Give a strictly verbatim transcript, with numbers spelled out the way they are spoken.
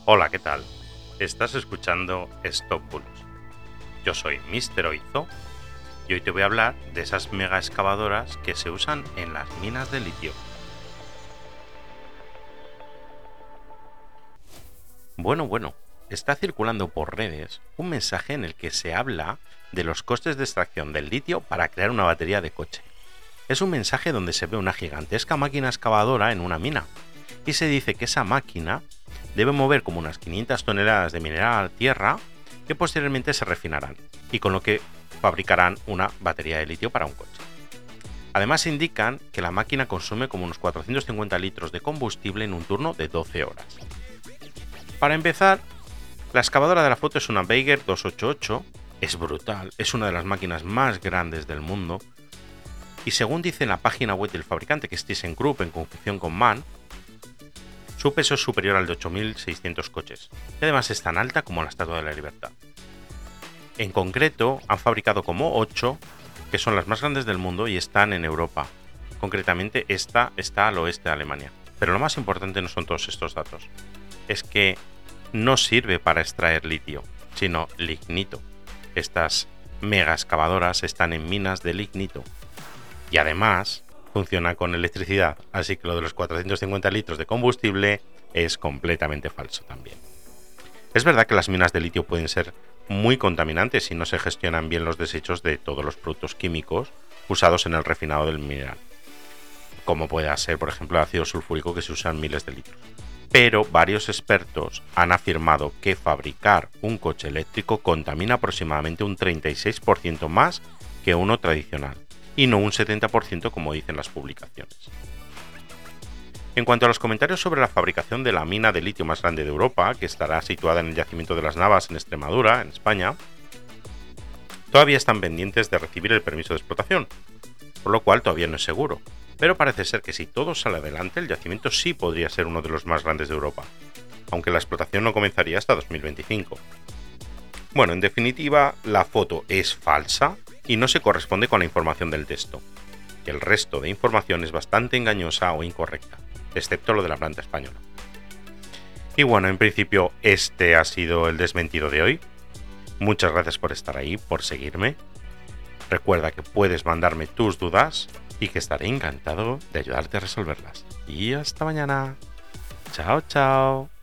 Hola, ¿qué tal? Estás escuchando Stop Bulos. Yo soy míster Oizo y hoy te voy a hablar de esas mega excavadoras que se usan en las minas de litio. Bueno, bueno, está circulando por redes un mensaje en el que se habla de los costes de extracción del litio para crear una batería de coche. Es un mensaje donde se ve una gigantesca máquina excavadora en una mina y se dice que esa máquina debe mover como unas quinientas toneladas de mineral a tierra que posteriormente se refinarán y con lo que fabricarán una batería de litio para un coche. Además indican que la máquina consume como unos cuatrocientos cincuenta litros de combustible en un turno de doce horas. Para empezar, la excavadora de la foto es una Beiger doscientos ochenta y ocho, es brutal, es una de las máquinas más grandes del mundo y según dice en la página web del fabricante, que es ThyssenKrupp en conjunción con MAN, su peso es superior al de ocho mil seiscientos coches, y además es tan alta como la Estatua de la Libertad. En concreto, han fabricado como ocho, que son las más grandes del mundo y están en Europa. Concretamente, esta está al oeste de Alemania. Pero lo más importante no son todos estos datos, es que no sirve para extraer litio, sino lignito. Estas mega excavadoras están en minas de lignito. Y además funciona con electricidad, así que lo de los cuatrocientos cincuenta litros de combustible es completamente falso también. Es verdad que las minas de litio pueden ser muy contaminantes si no se gestionan bien los desechos de todos los productos químicos usados en el refinado del mineral, como puede ser por ejemplo el ácido sulfúrico, que se usa en miles de litros. Pero varios expertos han afirmado que fabricar un coche eléctrico contamina aproximadamente un treinta y seis por ciento más que uno tradicional, y no un setenta por ciento como dicen las publicaciones. En cuanto a los comentarios sobre la fabricación de la mina de litio más grande de Europa, que estará situada en el yacimiento de las Navas en Extremadura, en España, todavía están pendientes de recibir el permiso de explotación, por lo cual todavía no es seguro, pero parece ser que si todo sale adelante el yacimiento sí podría ser uno de los más grandes de Europa, aunque la explotación no comenzaría hasta dos mil veinticinco. Bueno, en definitiva, la foto es falsa y no se corresponde con la información del texto, que el resto de información es bastante engañosa o incorrecta, excepto lo de la planta española. Y bueno, en principio este ha sido el desmentido de hoy. Muchas gracias por estar ahí, por seguirme. Recuerda que puedes mandarme tus dudas y que estaré encantado de ayudarte a resolverlas. Y hasta mañana. Chao, chao.